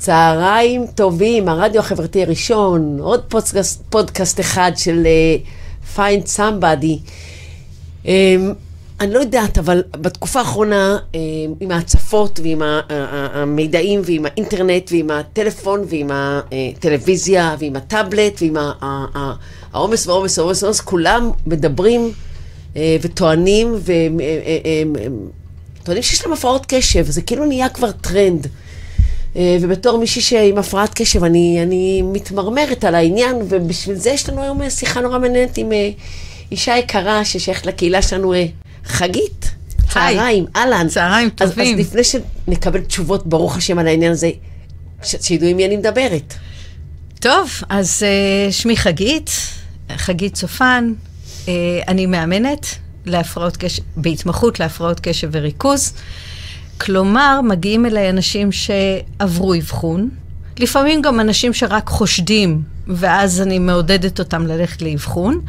צהריים טובים, הרדיו החברתי הראשון, עוד פודקאסט אחד של Find Somebody. אני לא יודעת, אבל בתקופה האחרונה, עם ההצפות ועם המידעים ועם האינטרנט ועם הטלפון ועם הטלוויזיה ועם הטאבלט ועם העומס והעומס, כולם מדברים וטוענים טוענים שיש להם הפרעות קשב, זה כאילו נהיה כבר טרנד. ובתור מישהי שעם הפרעת קשב, אני מתמרמרת על העניין, ובשביל זה יש לנו היום שיחה נורא מעניינת עם אישה יקרה ששייכת לקהילה שלנו, חגית. צהריים, אהלן. צהריים טובים. אז לפני שנקבל תשובות ברוך השם על העניין הזה, שידעו עם מי אני מדברת. טוב, אז שמי חגית צופן, אני מאמנת להפרעות קשב, בהתמחות להפרעות קשב וריכוז. כלומר, מגיעים אליי אנשים שעברו אבחון, לפעמים גם אנשים שרק חושדים, ואז אני מעודדת אותם ללכת לאבחון,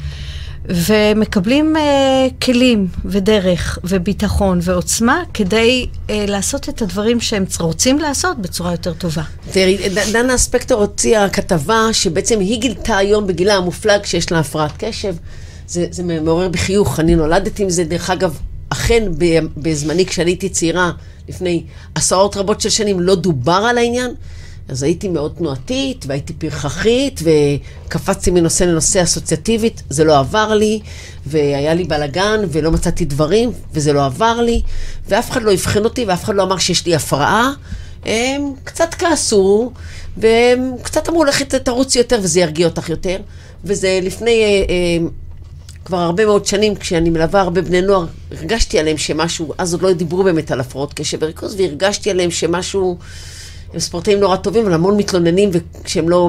ומקבלים כלים ודרך וביטחון ועוצמה, כדי לעשות את הדברים שהם רוצים לעשות בצורה יותר טובה. דנה ספקטור הוציאה כתבה שבעצם היא גילתה היום בגילה המופלג שיש לה הפרעת קשב. זה מעורר בחיוך, אני נולדתי עם זה, דרך אגב, אכן בזמני כשאני הייתי צעירה, לפני עשרות רבות של שנים, לא דובר על העניין, אז הייתי מאוד תנועתית, והייתי פרחחית, וקפצתי מנושא לנושא אסוציאטיבית, זה לא עבר לי, והיה לי בלגן, ולא מצאתי דברים, וזה לא עבר לי, ואף אחד לא הבחן אותי, ואף אחד לא אמר שיש לי הפרעה, הם קצת כעסו, והם קצת אמרו לכת תרוץ יותר, וזה ירגיע אותך יותר, וזה לפני כבר הרבה מאוד שנים, כשאני מלווה הרבה בני נוער, הרגשתי עליהם שמשהו, אז עוד לא דיברו באמת על הפרעות קשב וריכוז, והרגשתי עליהם שמשהו, הם ספורטאים נורא טובים, אבל המון מתלוננים, וכשהם לא,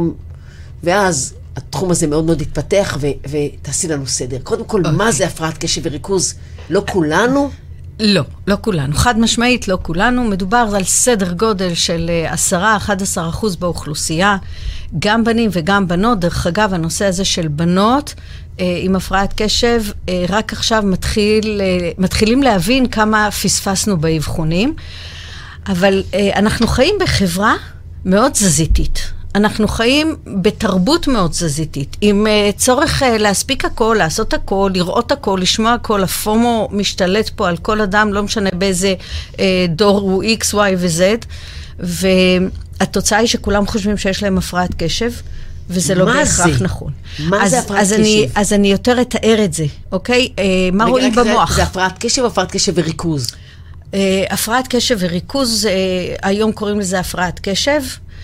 ואז התחום הזה מאוד מאוד התפתח, ותעשי לנו סדר. קודם כל, מה זה הפרעת קשב וריכוז? לא כולנו? לא כולנו. חד משמעית, לא כולנו. מדובר על סדר גודל של 10-11% באוכלוסייה, גם בנים וגם בנות. דרך אגב, הנושא הזה של בנות, עם הפרעת קשב, רק עכשיו מתחילים להבין כמה פספסנו באבחונים, אבל אנחנו חיים בחברה מאוד זזיתית. אנחנו חיים בתרבות מאוד זזיתית, עם צורך להספיק הכל, לעשות הכל, לראות הכל, לשמוע הכל. הפומו משתלט פה על כל אדם, לא משנה באיזה דור הוא X, Y ו-Z, והתוצאה היא שכולם חושבים שיש להם הפרעת קשב, וזה לא בהכרח נכון. מה זה הפרעת קשב? אז אני יותר אתאר את זה, אוקיי? מה רואים במוח? זה הפרעת קשב או הפרעת קשב וריכוז? הפרעת קשב וריכוז, היום קוראים לזה הפרעת קשב.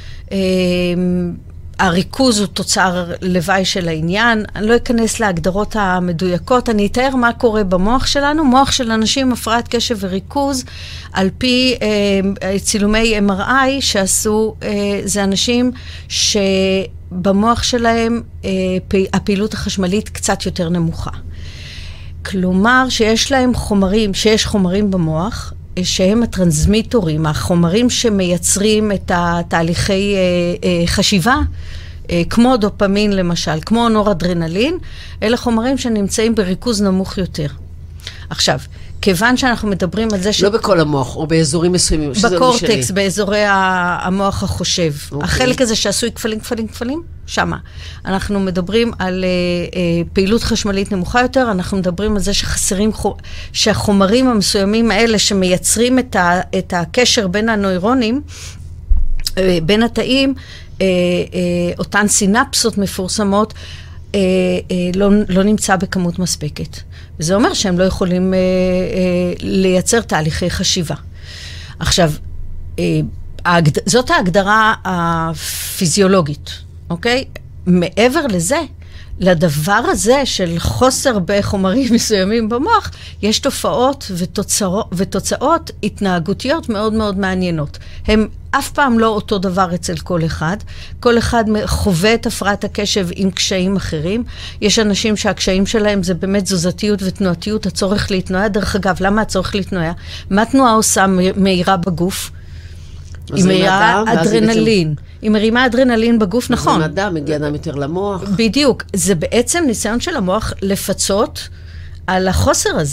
הריכוז הוא תוצר לוואי של העניין. אני לא אכנס להגדרות המדויקות, אני אתאר מה קורה במוח שלנו. מוח של אנשים עם הפרעת קשב וריכוז, על פי צילומי MRI שעשו, זה אנשים שבמוח שלהם הפעילות החשמלית קצת יותר נמוכה. כלומר שיש להם חומרים במוח, שהם הטרנסמיטורים, החומרים שמייצרים את התהליכי חשיבה, כמו דופמין למשל, כמו נורדרנלין, אלה חומרים שנמצאים בריכוז נמוך יותר. עכשיו, כיוון שאנחנו מדברים על זה לא בכל המוח, או באזורים מסוימים. בקורטקס, באזורי המוח החושב. החלק הזה שעשוי כפלים, שמה. אנחנו מדברים על פעילות חשמלית נמוכה יותר, אנחנו מדברים על זה שהחומרים המסוימים האלה שמייצרים את הקשר בין הנוירונים, בין התאים, אותן סינפסות מפורסמות, לא נמצא בכמות מספקת. וזה אומר שהם לא יכולים לייצר תהליכי חשיבה. עכשיו, זאת ההגדרה הפיזיולוגית, אוקיי? מעבר לזה, לדבר הזה של חוסר בחומרים מסוימים במוח, יש תופעות ותוצאות התנהגותיות מאוד מאוד מעניינות. הם אף פעם לא אותו דבר אצל כל אחד. כל אחד חווה את הפרעת הקשב עם קשיים אחרים. יש אנשים שהקשיים שלהם זה באמת תזוזתיות ותנועתיות, הצורך להתנוע. דרך אגב, למה הצורך להתנוע? מה תנועה עושה מהירה בגוף? היא מהירה אדרנלין. היא מרימה אדרנלין בגוף, נכון. זה מדע, מגיע אדם יותר למוח. בדיוק. זה בעצם ניסיון של המוח לפצות על החוסר הזה.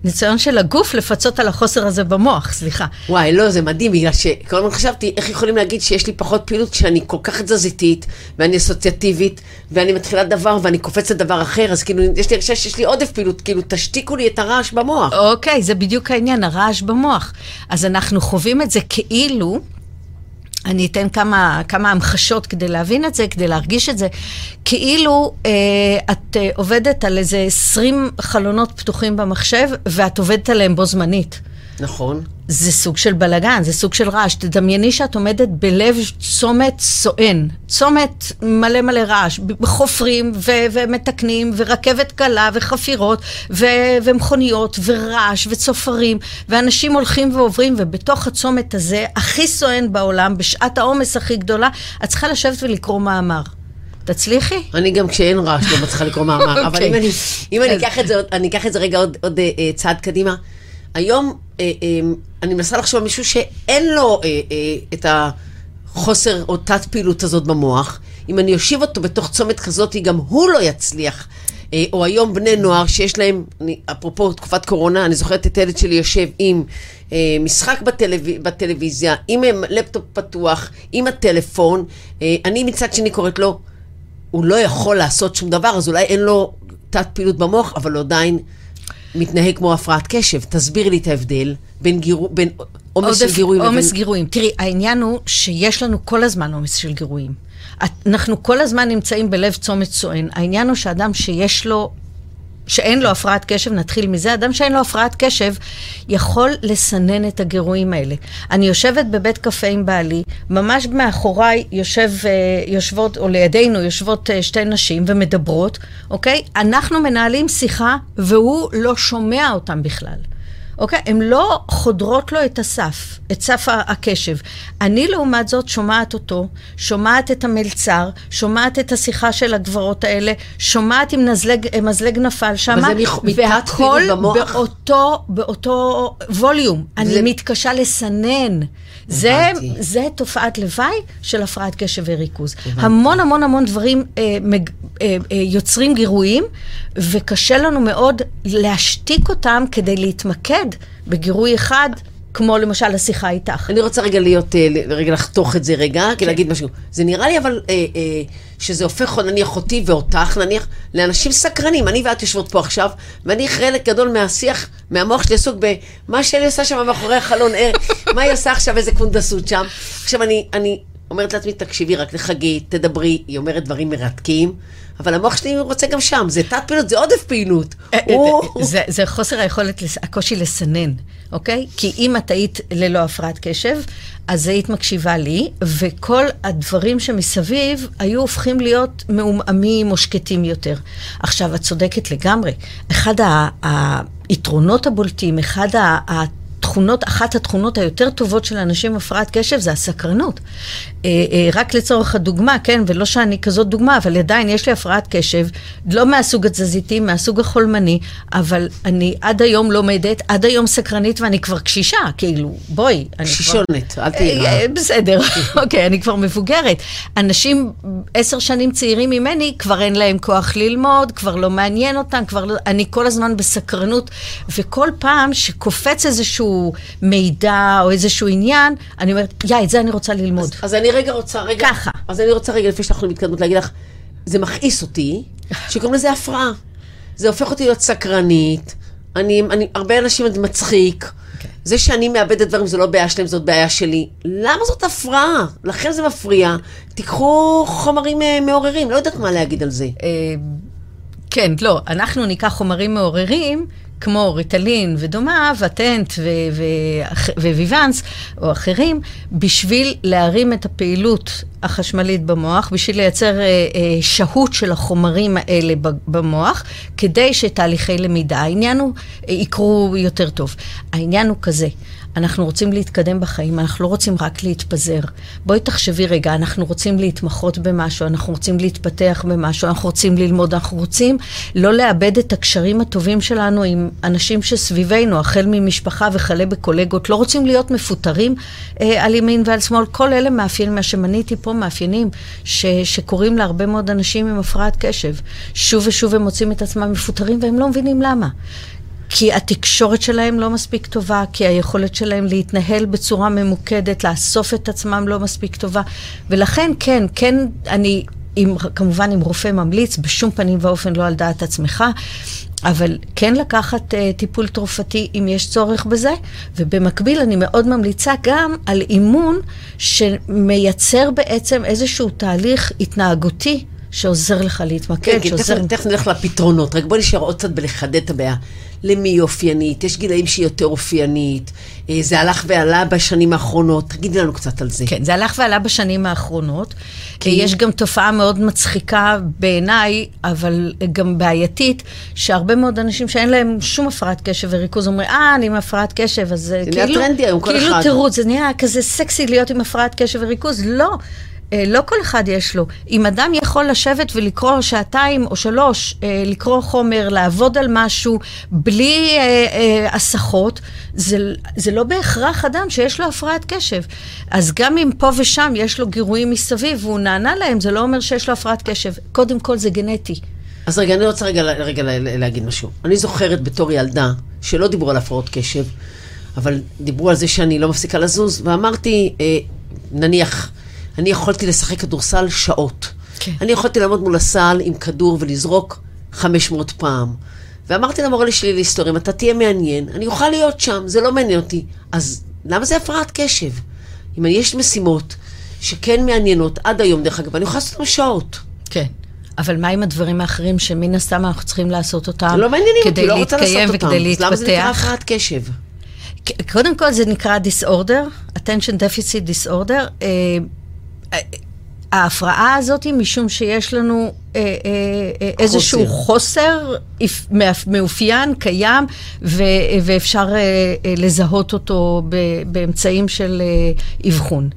ניסיון של הגוף לפצות על החוסר הזה במוח, סליחה. וואי, לא, זה מדהים, בגלל שכל הזמן חשבתי, איך יכולים להגיד שיש לי פחות פעילות כשאני כל כך תזזיתית, ואני אסוציאטיבית, ואני מתחילה דבר, ואני קופצת דבר אחר, אז כאילו, יש לי הרגשה שיש לי עודף פעילות, כאילו, תשתיקו לי את הרעש במוח. אוקיי, זה בדיוק העניין, הרעש במוח. אז אנחנו חווים את זה כאילו, אני אתן כמה המחשות כדי להבין את זה, כדי להרגיש את זה, כאילו את עובדת על איזה 20 חלונות פתוחים במחשב, ואת עובדת עליהם בו זמנית. נכון. זה סוג של בלגן, זה סוג של רעש. תדמייני שאת עומדת בלב צומת סואן, צומת מלא מלא רעש, חופרים ומתקנים, ורכבת קלה וחפירות, ומכוניות, ורעש וצופרים, ואנשים הולכים ועוברים, ובתוך הצומת הזה, הכי סואן בעולם, בשעת העומס הכי גדולה, את צריכה לשבת ולקרוא מאמר. תצליחי? אני גם כשאין רעש לא מצליחה לקרוא מאמר, אבל אם אני אקח את זה רגע עוד צעד קדימה, היום אני מנסה לחשוב על מישהו שאין לו את החוסר או תת פעילות הזאת במוח. אם אני יושיב אותו בתוך צומת כזאת, גם הוא לא יצליח. או היום בני נוער שיש להם, אפרופו תקופת קורונה, אני זוכרת את הילד שלי יושב עם משחק בטלוויזיה, עם לפטופ פתוח, עם הטלפון. אני מצד שני קוראת לו, הוא לא יכול לעשות שום דבר, אז אולי אין לו תת פעילות במוח, אבל הוא עדיין מתנהג כמו הפרעת קשב. תסביר לי את ההבדל בין עומס של גירויים. עומס גירויים. תראי, העניין הוא שיש לנו כל הזמן עומס של גירויים. אנחנו כל הזמן נמצאים בלב צומת סואן. העניין הוא שאדם שאין לו הפרעת קשב, נתחיל מזה, אדם שאין לו הפרעת קשב יכול לסנן את הגירויים האלה. אני יושבת בבית קפה עם בעלי, ממש מאחוריי יושבות, או לידינו יושבות שתי נשים ומדברות, אוקיי? אנחנו מנהלים שיחה והוא לא שומע אותם בכלל. אוקיי? הן לא חודרות לו את סף הקשב. אני לעומת זאת שומעת אותו, שומעת את המלצר, שומעת את השיחה של הגברות האלה, שומעת אם מזלג נפל שם, והכל באותו ווליום. אני מתקשה לסנן. זה תופעת לוואי של הפרעת קשב וריכוז. המון המון המון דברים יוצרים גירויים, וקשה לנו מאוד להשתיק אותם כדי להתמקד בגירוי אחד, כמו למשל השיחה איתך. אני רוצה רגע לחתוך את זה רגע, כי להגיד משהו. זה נראה לי אבל שזה הופך נניח אותי ואותך, נניח לאנשים סקרנים. אני ואת יושבות פה עכשיו, ואני חלק גדול מהשיח, מהמוח שלי עסוק במה שלי עושה שם מאחורי החלון, מה היא עושה עכשיו, איזה קונדסות שם. עכשיו אני אומרת לעצמי, תקשיבי רק לחגית, תדברי, היא אומרת דברים מרתקים, אבל המוח שלי רוצה גם שם, זה תת פעילות, זה עודף פעילות. זה חוסר היכולת, הקושי לסנן, אוקיי? כי אם את היית ללא הפרעת קשב, אז היית מקשיבה לי, וכל הדברים שמסביב היו הופכים להיות מעומעמים או שקטים יותר. עכשיו, את צודקת לגמרי. אחד היתרונות הבולטים, אחת התכונות היותר טובות של אנשים עם הפרעת קשב זה הסקרנות. רק לצורך הדוגמה, כן, ולא שאני כזאת דוגמה, אבל עדיין יש לי הפרעת קשב, לא מהסוג התזזיתי, מהסוג החולמני, אבל אני עד היום לומדת, עד היום סקרנית, ואני כבר קשישה, כאילו, בואי. קשישונת, אל תהיה. בסדר, אוקיי, אני כבר מבוגרת. אנשים 10 שנים צעירים ממני, כבר אין להם כוח ללמוד, כבר לא מעניין אותם, אני כל הזמן בסקרנות, וכל פעם שקופץ איזשהו מידע או איזשהו עניין, אני אומרת, את זה אני רוצה ללמוד. אז אני רוצה רגע, לפני שאנחנו מתקדמות להגיד לך, זה מכעיס אותי, שקוראים לזה הפרעה. זה הופך אותי להיות סקרנית, הרבה אנשים מצחיק, זה שאני מאבדת דברים, זה לא בעיה שלהם, זאת בעיה שלי. למה זאת הפרעה? לכן זה מפריע. תיקחו חומרים מעוררים, לא יודעת מה להגיד על זה. כן, לא, אנחנו ניקח חומרים מעוררים, כמו ריטלין ודומה, וטנט וויוונס, או אחרים, בשביל להרים את הפעילות החשמלית במוח, בשביל לייצר שהות של החומרים האלה במוח, כדי שתהליכי למידה, העניין הוא, יקרו יותר טוב. העניין הוא כזה, אנחנו רוצים להתקדם בחיים, אנחנו לא רוצים רק להתפזר. בואי תחשבי רגע, אנחנו רוצים להתמחות במשהו, אנחנו רוצים להתפתח במשהו, אנחנו רוצים ללמוד, אנחנו רוצים לא לאבד את הקשרים הטובים שלנו עם אנשים שסביבנו, החל ממשפחה וכלה בקולגות, לא רוצים להיות מפוטרים על ימין ועל שמאל. כל אלה מאפיינים, מה שמניתי פה מאפיינים שקוראים להרבה מאוד אנשים עם הפרעת קשב. שוב ושוב הם מוצאים את עצמם מפוטרים והם לא מבינים למה. כי התקשורת שלהם לא מספיק טובה, כי היכולת שלהם להתנהל בצורה ממוקדת, לאסוף את עצמם לא מספיק טובה, ולכן כן, אני כמובן עם רופא ממליץ, בשום פנים ואופן לא על דעת עצמך, אבל כן לקחת טיפול תרופתי אם יש צורך בזה, ובמקביל אני מאוד ממליצה גם על אימון שמייצר בעצם איזשהו תהליך התנהגותי שעוזר לך להתמקד. כן, תכף נלך לפתרונות, רק בוא נשאר עוד קצת בלחדד את הבעיה. למי היא אופיינית? יש גילאים שהיא יותר אופיינית, זה הלך ועלה בשנים האחרונות, תגידי לנו קצת על זה. כן, זה הלך ועלה בשנים האחרונות, יש גם תופעה מאוד מצחיקה בעיניי, אבל גם בעייתית, שהרבה מאוד אנשים שאין להם שום הפרעת קשב וריכוז, אומרים, אני עם הפרעת קשב, אז זה נהיה טרנדי היום, כל אחד. כאילו תירוץ, זה נהיה כזה סקסי להיות עם הפרעת קשב וריכוז, לא כל אחד יש לו. אם אדם יכול לשבת ולקרוא 2 או 3, לקרוא חומר, לעבוד על משהו, בלי הסחות, זה לא בהכרח אדם שיש לו הפרעת קשב. אז גם אם פה ושם יש לו גירויים מסביב, והוא נענה להם, זה לא אומר שיש לו הפרעת קשב. קודם כל זה גנטי. אז רגע, אני רוצה רגע להגיד משהו. אני זוכרת בתור ילדה, שלא דיברו על הפרעות קשב, אבל דיברו על זה שאני לא מפסיקה לזוז, ואמרתי, נניח, אני יכולתי לשחק כדורסל שעות. כן. אני יכולתי לעמוד מול הסל עם כדור ולזרוק 500 פעם. ואמרתי למורה שלי להיסטוריה, אם אתה תהיה מעניין, אני אוכל להיות שם, זה לא מעניין אותי. אז למה זה הפרעת קשב? אם יש משימות שכן מעניינות עד היום, דרך אגב, אני יכולה לעשות אותם שעות. כן. אבל מה עם הדברים האחרים שמין הסתם אנחנו צריכים לעשות אותם? זה לא מעניינים אותי, לא רוצה לעשות אותם. וכדי להתפתח? אז למה זה נקרא הפרעת קשב? קודם כל זה נקרא disorder, attention deficit disorder. ההפרעה הזאת היא משום שיש לנו איזשהו חוסר מאופיין, קיים, ואפשר לזהות אותו באמצעים של אבחון.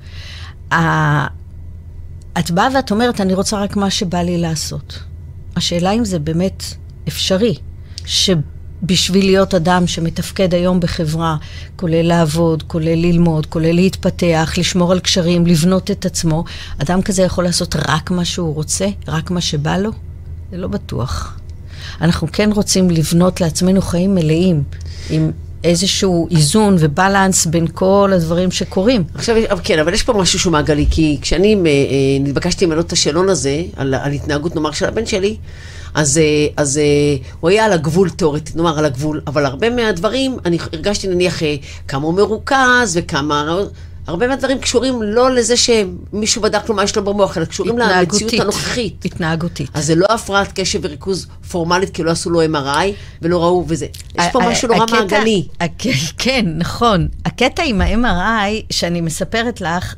את באה ואת אומרת, אני רוצה רק מה שבא לי לעשות. השאלה אם זה באמת אפשרי, בשביל להיות אדם שמתפקד היום בחברה, כולל לעבוד, כולל ללמוד, כולל להתפתח, לשמור על קשרים, לבנות את עצמו, אדם כזה יכול לעשות רק מה שהוא רוצה, רק מה שבא לו? זה לא בטוח. אנחנו כן רוצים לבנות לעצמנו חיים מלאים, עם איזשהו איזון ובלנס בין כל הדברים שקורים. עכשיו, כן, אבל יש פה משהו שהוא מעגלי, כי כשאני נתבקשתי למלא את השאלון הזה, על התנהגות נאמר של הבן שלי, אז הוא היה על הגבול תיאורטית, נאמר על הגבול, אבל הרבה מהדברים, אני הרגשתי נניח כמה הוא מרוכז וכמה, הרבה מהדברים קשורים לא לזה שמישהו בדק לו מה יש לו במוח, אלא קשורים למציאות הנוכחית. התנהגותית. אז זה לא הפרעת קשב וריכוז פורמלית, כי לא עשו לו MRI ולא ראו וזה. יש פה משהו נורא מעגלי. כן, נכון. הקטע עם ה-MRI שאני מספרת לך,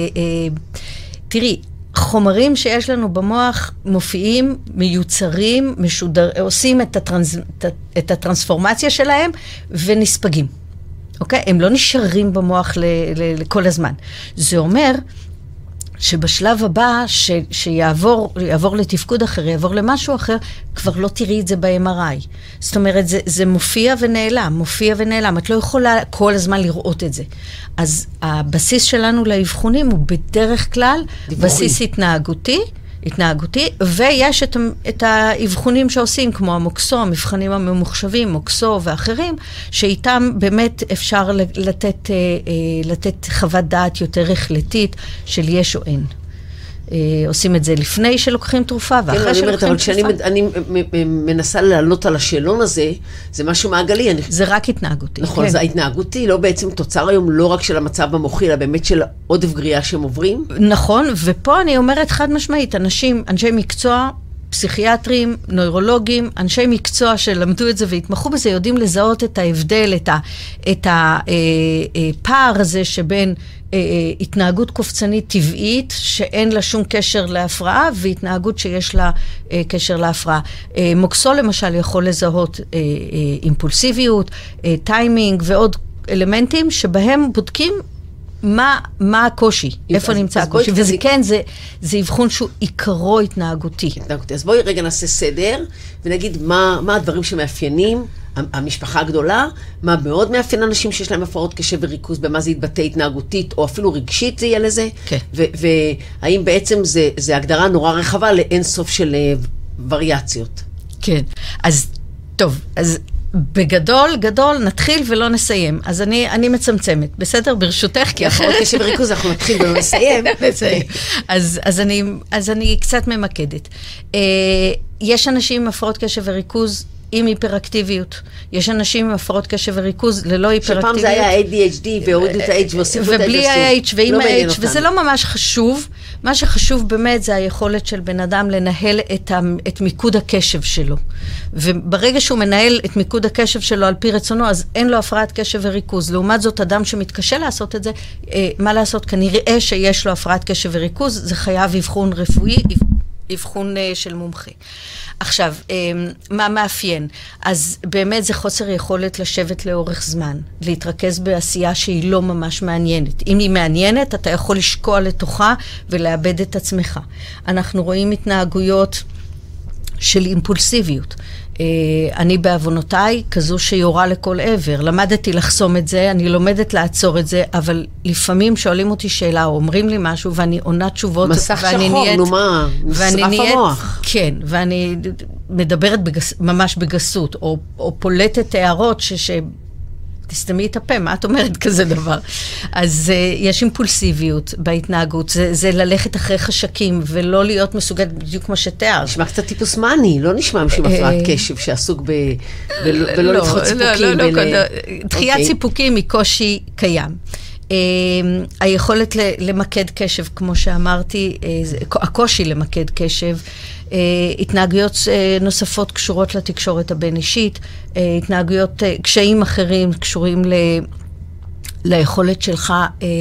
תראי, חומרים שיש לנו במוח מופיעים, מיוצרים, עושים את הטרנספורמציה שלהם ונספגים. אוקיי? הם לא נשארים במוח לכל הזמן. זה אומר שבשלב הבא שיעבור לתפקוד אחר, יעבור למשהו אחר, כבר לא תראי את זה ב-MRI. זאת אומרת, זה מופיע ונעלם, את לא יכולה כל הזמן לראות את זה. אז הבסיס שלנו לאבחונים הוא בדרך כלל בסיס התנהגותי, ויש את האבחונים שעושים, כמו המוקסו, המבחנים הממוחשבים, מוקסו ואחרים, שאיתם באמת אפשר לתת חוות דעת יותר החלטית של יש או אין. עושים את זה לפני שלוקחים תרופה, ואחרי שלוקחים תרופה. אבל כשאני מנסה לעלות על השאלון הזה, זה משהו מעגלי. זה רק התנהגותי. נכון, זה התנהגותי, לא בעצם תוצר היום לא רק של המצב המוחי, אלא באמת של עודף גריעה שהם עוברים. נכון, ופה אני אומרת חד משמעית, אנשי מקצוע, פסיכיאטרים, נוירולוגים, אנשי מקצוע שלמדו את זה והתמחו בזה, יודעים לזהות את ההבדל, את הפער הזה שבין התנהגות קופצנית טבעית, שאין לה שום קשר להפרעה, והתנהגות שיש לה קשר להפרעה. מוקסו למשל יכול לזהות אימפולסיביות, טיימינג ועוד אלמנטים שבהם בודקים מה הקושי, איפה נמצא הקושי, וזה כן, זה אבחון שהוא עיקרו התנהגותי. אז בואי רגע נעשה סדר, ונגיד מה הדברים שמאפיינים המשפחה הגדולה, מה מאוד מאפיין אנשים שיש להם הפרעות קשב וריכוז, במה זה יתבטא התנהגותית, או אפילו רגשית זה יהיה לזה, והאם בעצם זה הגדרה נורא רחבה לאין סוף של וריאציות. כן, אז טוב, אז בגדול, גדול, נתחיל ולא נסיים. אז אני מצמצמת, בסדר? ברשותך, כי הפרעות קשב וריכוז, אנחנו נתחיל ולא נסיים. אז אני קצת ממקדת. יש אנשים עם הפרעות קשב וריכוז עם היפראקטיביות. יש אנשים עם הפרעות קשב וריכוז ללא היפראקטיביות. שפעם זה היה ADHD, והורידו את ה-H והוסיפו את ה-H. ובלי ה-H ועם ה-H, וזה לא ממש חשוב. מה שחשוב באמת זה היכולת של בן אדם לנהל את מיקוד הקשב שלו. וברגע שהוא מנהל את מיקוד הקשב שלו על פי רצונו, אז אין לו הפרעת קשב וריכוז. לעומת זאת, אדם שמתקשה לעשות את זה, מה לעשות? כנראה שיש לו הפרעת קשב וריכוז, זה חייב אבחון רפואי, אבחון של מומחה. עכשיו, מה מאפיין? אז באמת זה חוסר יכולת לשבת לאורך זמן, להתרכז בעשייה שהיא לא ממש מעניינת. אם היא מעניינת, אתה יכול לשקוע לתוכה ולאבד את עצמך. אנחנו רואים התנהגויות של אימפולסיביות. אני בעוונותיי כזו שיורה לכל עבר. למדתי לחסום את זה, אני לומדת לעצור את זה, אבל לפעמים שואלים אותי שאלה או אומרים לי משהו ואני עונה תשובות. מסך שחור, נו מה, נשרף המוח. כן, ואני מדברת ממש בגסות, או פולטת הערות תסתמי את הפה, מה את אומרת כזה דבר? אז יש אימפולסיביות בהתנהגות, זה ללכת אחרי חשקים, ולא להיות מסוגלת בדיוק כמו שתיאר. נשמע קצת טיפוס מאני, לא נשמע משום הפרעת קשב שעסוק ולא לדחות סיפוקים. דחיית סיפוקים היא קושי קיים. היכולת למקד קשב, כמו שאמרתי, הקושי למקד קשב, התנהגויות נוספות קשורות לתקשורת הבין-אישית, התנהגויות, קשיים אחרים קשורים ליכולת שלך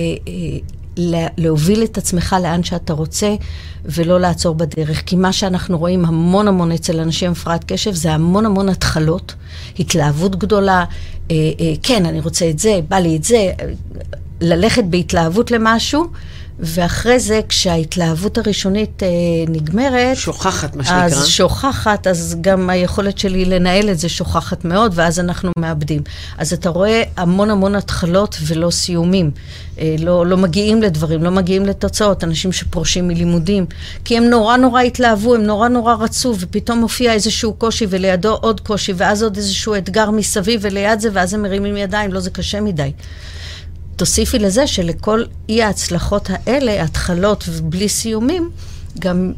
להוביל את עצמך לאן שאתה רוצה ולא לעצור בדרך. כי מה שאנחנו רואים המון אצל אנשים עם הפרעת קשב זה המון התחלות, התלהבות גדולה, כן, אני רוצה את זה, בא לי את זה, ללכת בהתלהבות למשהו, ואחרי זה, כשההתלהבות הראשונית נגמרת, שוכחת, מה שנקרא. אז שוכחת, אז גם היכולת שלי לנהל את זה שוכחת מאוד, ואז אנחנו מאבדים. אז אתה רואה המון התחלות ולא סיומים. לא מגיעים לדברים, לא מגיעים לתוצאות. אנשים שפורשים מלימודים, כי הם נורא התלהבו, הם נורא רצו, ופתאום מופיע איזשהו קושי, ולידו עוד קושי, ואז עוד איזשהו אתגר מסביב, וליד זה, ואז הם מרימים ידיים, לא, זה קשה מדי. תוסיפי לזה שלכל אי ההצלחות האלה, התחלות ובלי סיומים, גם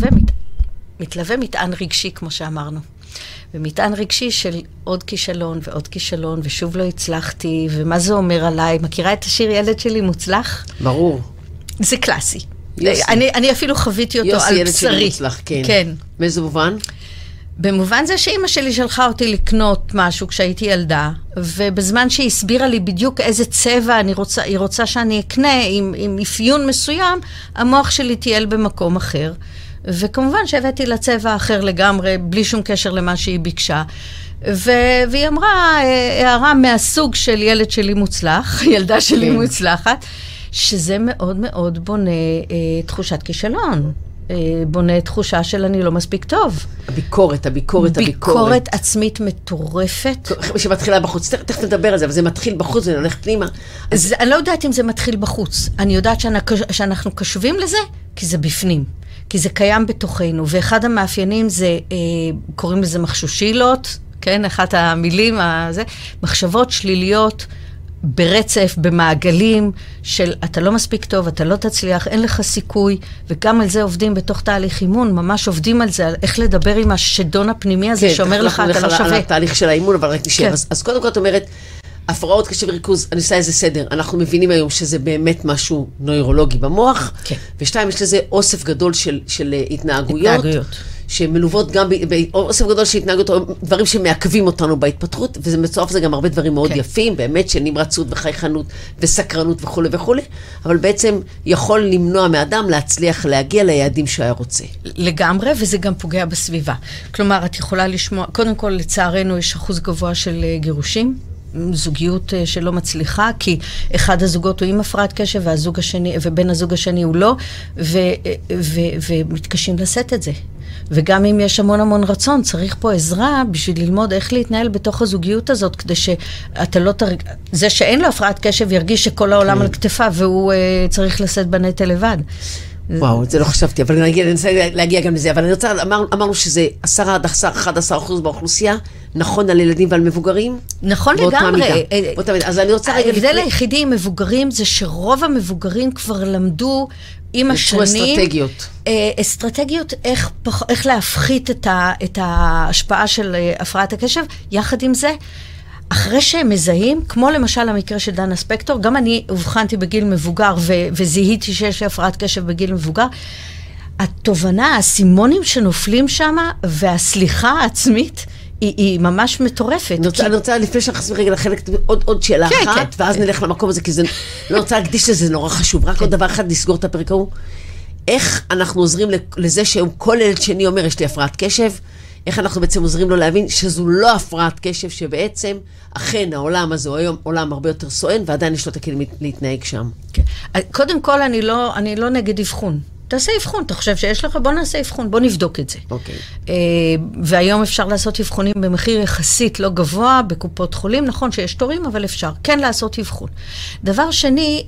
מתלווה מטען רגשי, כמו שאמרנו. ומטען רגשי של עוד כישלון ועוד כישלון, ושוב לא הצלחתי, ומה זה אומר עליי? מכירה את השיר ילד שלי מוצלח? ברור. זה קלאסי. אני אפילו חוויתי אותו על בשרי. יוסי, ילד שלי מוצלח, כן. כן. מאיזה מובן? במובן זה שאמא שלי שלחה אותי לקנות משהו כשהייתי ילדה, ובזמן שהיא הסבירה לי בדיוק איזה צבע היא רוצה שאני אקנה עם אפיון מסוים, המוח שלי טייל במקום אחר. וכמובן שהבאתי לצבע אחר לגמרי, בלי שום קשר למה שהיא ביקשה. והיא אמרה, הערה מהסוג של ילד שלי מוצלח, ילדה שלי מוצלחת, שזה מאוד בונה תחושת כישלון. בונה תחושה של אני לא מספיק טוב. הביקורת. ביקורת עצמית מטורפת. שמתחילה בחוץ. תכף נדבר על זה, אבל זה מתחיל בחוץ ונלך פנימה. אני לא יודעת אם זה מתחיל בחוץ. אני יודעת שאנחנו קשובים לזה, כי זה בפנים. כי זה קיים בתוכנו. ואחד המאפיינים זה, קוראים לזה מחשושילות, כן? אחת המילים, מחשבות שליליות, ברצף, במעגלים של אתה לא מספיק טוב, אתה לא תצליח, אין לך סיכוי, וגם על זה עובדים בתוך תהליך אימון, ממש עובדים על זה, על איך לדבר עם השדון הפנימי הזה, שאומר לך, אתה לא שווה. על התהליך של האימון, אבל רק נשאר. אז קודם כל את אומרת, הפרעות קשב וריכוז, אני עושה איזה סדר, אנחנו מבינים היום שזה באמת משהו נוירולוגי במוח, ושתיים, יש לזה אוסף גדול של התנהגויות. שמלוות גם באוסף גדול של התנהגות, דברים שמעכבים אותנו בהתפתחות, וזה מצורף זה גם הרבה דברים מאוד יפים, באמת של נמרצות וחייכנות וסקרנות וכו', אבל בעצם יכול למנוע מאדם להצליח להגיע ליעדים שהיה רוצה. לגמרי, וזה גם פוגע בסביבה. כלומר, את יכולה לשמוע, קודם כל לצערנו יש אחוז גבוה של גירושים, זוגיות שלא מצליחה, כי אחד הזוגות הוא עם הפרעת קשב, ובן הזוג השני הוא לא, ומתקשים לשאת את זה. וגם אם יש המון רצון, צריך פה עזרה בשביל ללמוד איך להתנהל בתוך הזוגיות הזאת, כדי שאתה לא זה שאין לו הפרעת קשב ירגיש שכל העולם על כתפיו, והוא צריך לשאת בנטל לבד. וואו, זה לא חשבתי, אבל אני רוצה להגיע גם לזה, אבל אני רוצה, אמרנו שזה 10-11% באוכלוסייה, נכון על ילדים ועל מבוגרים? נכון לגמרי. אז אני רוצה רגע... ההבדל היחידי עם מבוגרים זה שרוב המבוגרים כבר למדו עם השנים... אסטרטגיות איך להפחית את ההשפעה של הפרעת הקשב, יחד עם זה, אחרי שהם מזהים, כמו למשל המקרה של דנה ספקטור, גם אני הבחנתי בגיל מבוגר וזיהיתי שיש לי הפרעת קשב בגיל מבוגר, התובנה, הסימונים שנופלים שם והסליחה העצמית היא ממש מטורפת. אני רוצה לפני שנחזור רגע לחלק עוד שאלה אחת, ואז נלך למקום הזה, כי לא רוצה להקדיש לזה, זה נורא חשוב. רק עוד דבר אחד, לסגור את הפרק ההוא. איך אנחנו עוזרים לזה שכל ילד שני אומר, יש לי הפרעת קשב, איך אנחנו בעצם עוזרים לו להבין שזו לא הפרעת קשב, שבעצם אכן העולם הזה הוא היום עולם הרבה יותר סואן, ועדיין יש לו את הכלים להתנהג שם. קודם כל, אני לא נגד אבחון. תעשה אבחון, אתה חושב שיש לך? בוא נעשה אבחון, בוא נבדוק את זה. אוקיי. והיום אפשר לעשות אבחונים במחיר יחסית לא גבוה, בקופות חולים, נכון שיש תורים, אבל אפשר כן לעשות אבחון. דבר שני,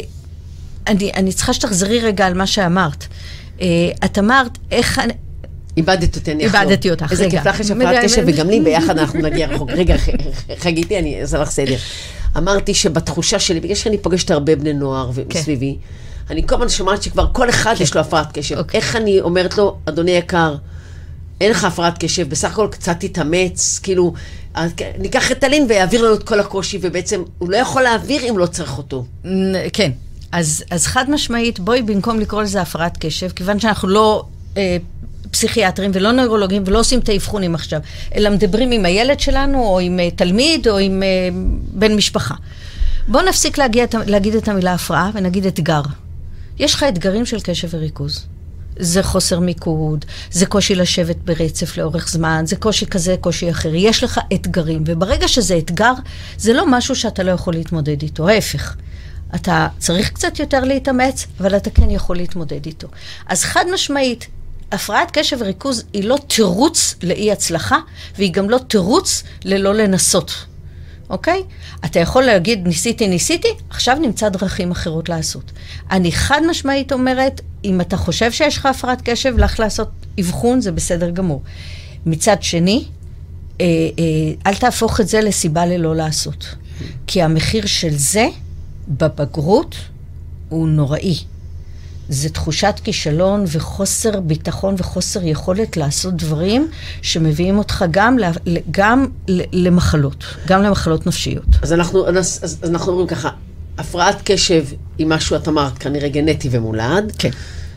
אני צריכה שתחזרי רגע על מה שאמרת. את אמרת, איך... איבדת אותי, אני אחזור. איבדתי אותך, רגע. איזה כיף לך יש הפרעת קשב, וגם לי ביחד אנחנו נגיע רחוק. רגע, חגיתי, אני אעשה לך סדר. אמרתי שבתחושה שלי, בגלל שאני פוגשת הרבה בני נוער מסביבי, אני כל הזמן שומעת שכבר כל אחד יש לו הפרעת קשב. איך אני אומרת לו, אדוני יקר, אין לך הפרעת קשב, בסך הכל קצת תתאמץ, כאילו, ניקח רטלין ויעביר לנו את כל הקושי, ובעצם הוא לא יכול להעביר אם לא צריך אותו. כן. אז חד משמעית, בואי במקום לקרוא לזה הפרעת קשב, כיוון שאנחנו לא פסיכיאטרים ולא נוירולוגים ולא עושים את האבחונים עכשיו, אלא מדברים עם הילד שלנו או עם תלמיד או עם בן משפחה. בואו נפסיק להגיד את המילה הפרעה ונגיד אתגר. יש לך אתגרים של קשב וריכוז. זה חוסר מיקוד, זה קושי לשבת ברצף לאורך זמן, זה קושי כזה, קושי אחר. יש לך אתגרים, וברגע שזה אתגר, זה לא משהו שאתה לא יכול להתמודד איתו, ההפך. אתה צריך קצת יותר להתאמץ, אבל אתה כן יכול להתמודד איתו. אז חד משמעית, הפרעת קשב וריכוז היא לא תירוץ לאי הצלחה, והיא גם לא תירוץ ללא לנסות. אוקיי? אתה יכול להגיד, ניסיתי, עכשיו נמצא דרכים אחרות לעשות. אני חד משמעית אומרת, אם אתה חושב שיש לך הפרעת קשב, לך לעשות אבחון, זה בסדר גמור. מצד שני, אל תהפוך את זה לסיבה ללא לעשות. כי המחיר של זה, בבגרות, הוא נוראי. זה תחושת כישלון וחוסר ביטחון וחוסר יכולת לעשות דברים שמביאים אותך גם למחלות, גם למחלות נפשיות. אז אנחנו אומרים ככה, הפרעת קשב היא משהו, את אמרת, כנראה גנטי ומולד. כן.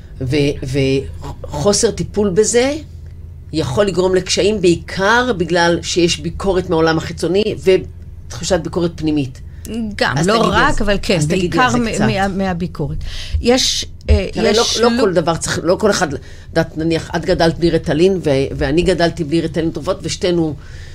וחוסר טיפול בזה יכול לגרום לקשיים, בעיקר בגלל שיש ביקורת מהעולם החיצוני ותחושת ביקורת פנימית. גם, לא רק, אבל כן, בעיקר מהביקורת. לא כל דבר צריך, לא כל אחד, נניח, את גדלת בלי רטלין, ואני גדלתי בלי רטלין טובות, ושתינו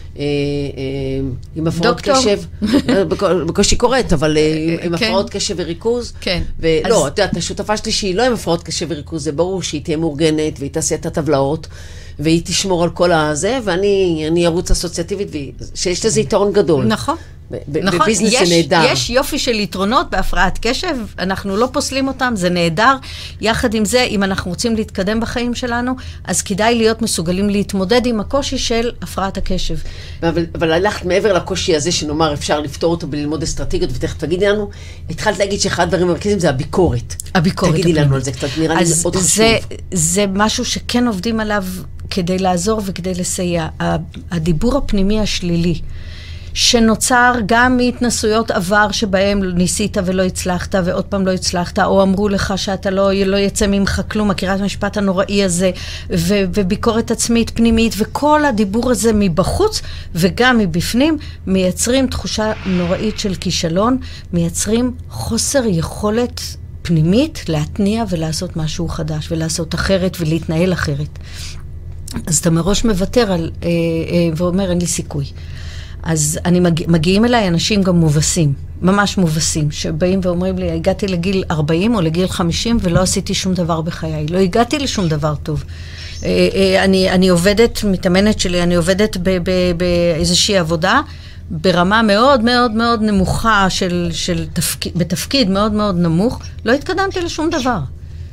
עם הפרעות קשב, בקושי קוראת, אבל עם הפרעות קשב וריכוז. ולא, את יודעת, השותפה שלי שהיא לא עם הפרעות קשב וריכוז, זה ברור שהיא תהיה מאורגנת, והיא תעשה את הטבלאות, והיא תשמור על כל הזה, ואני ארוץ אסוציאטיבית, שיש לזה יתרון גדול. נכון. בביזנס זה נהדר. יש יופי של יתרונות בהפרעת קשב, אנחנו לא פוסלים אותם, זה נהדר. יחד עם זה, אם אנחנו רוצים להתקדם בחיים שלנו, אז כדאי להיות מסוגלים להתמודד עם הקושי של הפרעת הקשב. אבל הלכת מעבר לקושי הזה, שנאמר אפשר לפתור אותו בללמוד אסטרטגיות, ותכף תגידי לנו, התחלת להגיד שאחד הדברים המרכזיים זה הביקורת. תגידי לנו על זה קצת, נראה לי מאוד חשוב. זה משהו שכן עובדים עליו כדי לעזור וכדי לסייע. הדיבור הפנימי השלילי, שנוצר גם מהתנסויות עבר שבהם ניסית ולא הצלחת, ועוד פעם לא הצלחת, או אמרו לך שאתה לא יצא ממך כלום, מכירה את המשפט הנוראי הזה, וביקורת עצמית פנימית, וכל הדיבור הזה מבחוץ, וגם מבפנים, מייצרים תחושה נוראית של כישלון, מייצרים חוסר יכולת פנימית להתניע ולעשות משהו חדש, ולעשות אחרת ולהתנהל אחרת. אז אתה מראש מוותר ואומר, אין לי סיכוי. אז מגיעים אליי אנשים גם מובסים, ממש מובסים, שבאים ואומרים לי, הגעתי לגיל 40 או לגיל 50 ולא עשיתי שום דבר בחיי. לא הגעתי לשום דבר טוב. אני עובדת, מתאמנת שלי, אני עובדת באיזושהי עבודה, ברמה מאוד מאוד מאוד נמוכה בתפקיד מאוד מאוד נמוך, לא התקדמתי לשום דבר.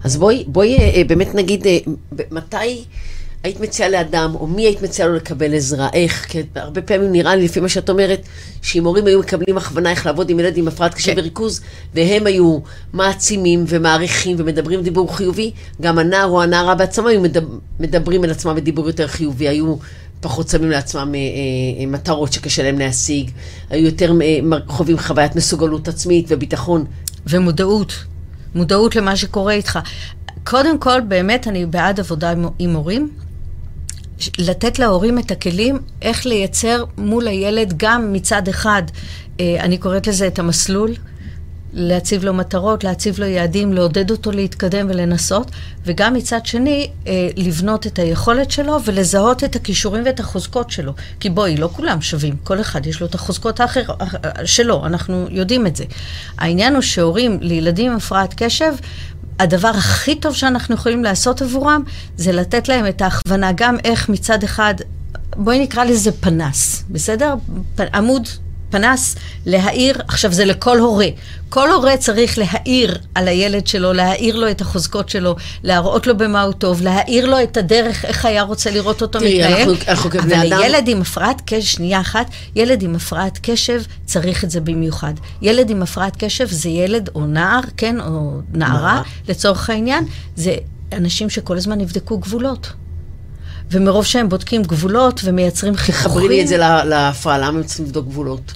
אז בואי באמת נגיד, מתי היית מציעה לאדם, או מי היית מציעה לו לקבל עזרה? איך? כי הרבה פעמים נראה לי, לפי מה שאת אומרת, שאם הורים היו מקבלים הכוונה איך לעבוד עם ילד עם הפרעת קשב וריכוז, והם היו מעצימים ומעריכים ומדברים דיבור חיובי, גם הנער או הנערה בעצמם היו מדברים על עצמם בדיבור יותר חיובי, היו פחות שמים לעצמם מטרות שקשה להם להשיג, היו יותר חווים חוויית מסוגלות עצמית וביטחון. מודעות למה שקורה איתך. קודם כל, באמת אני בעד עבודה עם הורים, לתת להורים את הכלים איך לייצר מול הילד גם מצד אחד, אני קוראת לזה את המסלול, להציב לו מטרות, להציב לו יעדים, לעודד אותו להתקדם ולנסות, וגם מצד שני, לבנות את היכולת שלו ולזהות את הכישורים ואת החוזקות שלו. כי בואי, לא כולם שווים, כל אחד יש לו את החוזקות שלו, אנחנו יודעים את זה. העניין הוא שהורים לילדים עם הפרעת קשב, הדבר הכי טוב שאנחנו יכולים לעשות עבורם, זה לתת להם את ההכוונה גם איך מצד אחד, בואי נקרא לזה פנס, בסדר? עמוד פנס, להאיר, עכשיו זה לכל הורה. כל הורה צריך להאיר על הילד שלו, להאיר לו את החוזקות שלו, להראות לו במה הוא טוב, להאיר לו את הדרך, איך היה רוצה לראות אותו מתנהל. אבל ילד עם הפרעת קשב, שנייה אחת, ילד עם הפרעת קשב צריך את זה במיוחד. ילד עם הפרעת קשב זה ילד או נער, כן, או נערה, לצורך העניין, זה אנשים שכל הזמן יבדקו גבולות. ומרוב שהם בודקים גבולות ומייצרים חיכוכים. תחברי לי את זה להפרעה, למה הם צריכים לבדוק גבולות?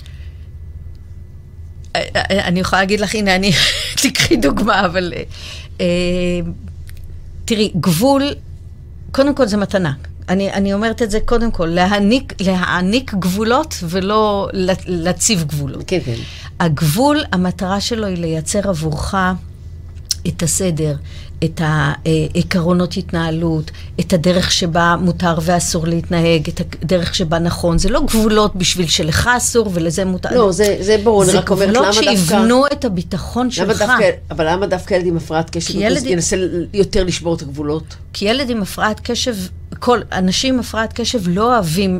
אני יכולה להגיד לך, הנה, אני תקחי דוגמה, אבל תראי, גבול, קודם כל זה מתנה. אני אומרת את זה קודם כל, להעניק גבולות ולא להציב גבולות. כן, כן. הגבול, המטרה שלו היא לייצר עבורך את הסדר, את העקרונות התנהלות, את הדרך שבה מותר ואסור להתנהג, את הדרך שבה נכון. זה לא גבולות בשביל שלך אסור ולזה מותר. לא, זה ברור, אני רק אומרת, למה דווקא... זה גבולות שיבנו את הביטחון שלך. אבל למה דווקא ילד עם הפרעת קשב ינסה יותר לשבור את הגבולות? כי ילד עם הפרעת קשב, כל אנשים עם הפרעת קשב לא אוהבים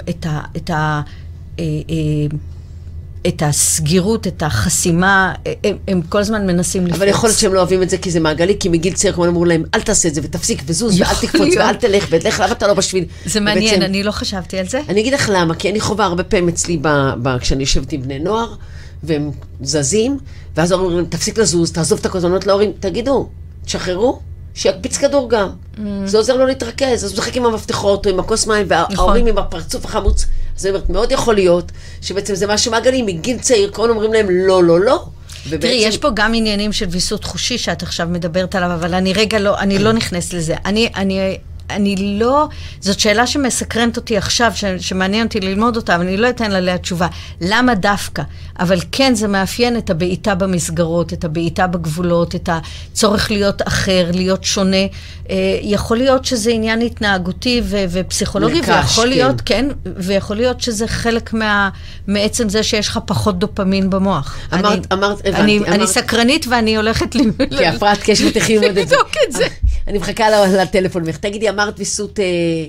את הסגירות, את החסימה, הם כל הזמן מנסים לפרוץ. אבל יכול להיות שהם לא אוהבים את זה כי זה מעגלי, כי מגיל צעיר כמו אמרו להם, אל תעשה את זה ותפסיק וזוז ואל תקפוץ ואל תלך ותלך, למה אתה לא בשביל. זה מעניין, אני לא חשבתי על זה. אני אגיד לך למה, כי אני חווה הרבה פעמים אצלי כשאני יושבת עם בני נוער, והם זזים, ואז ההורים אומרים, תפסיק לזוז, תעזוב את הכוזונות להורים, תגידו, תשחררו, שיקפיץ כדור גם. זה עוזר לו להתרכז, אז הוא משחק עם המפתחות או עם הכוס מים, וההורים עם הפרצוף החמוץ. אז אני אומרת, מאוד יכול להיות שבעצם זה משהו מעגלי, מגיל צעיר, כל אומרים להם לא, לא, לא. תראי, יש פה גם עניינים של ויסות חושי שאת עכשיו מדברת עליו, אבל אני רגע לא, אני לא נכנס לזה. אני לא, זאת שאלה שמסקרנת אותי עכשיו, שמעניין אותי ללמוד אותה, אבל אני לא אתן עליה תשובה. למה דווקא? אבל כן, זה מאפיין את הבעיטה במסגרות, את הבעיטה בגבולות, את הצורך להיות אחר, להיות שונה. יכול להיות שזה עניין התנהגותי ופסיכולוגי, ויכול להיות, כן, ויכול להיות שזה חלק מעצם זה שיש לך פחות דופמין במוח. אני סקרנית ואני הולכת כי הפרעת קשב תחי ללמוד את זה. אני מחכה לטלפון, תגידי, אמרת ויסות...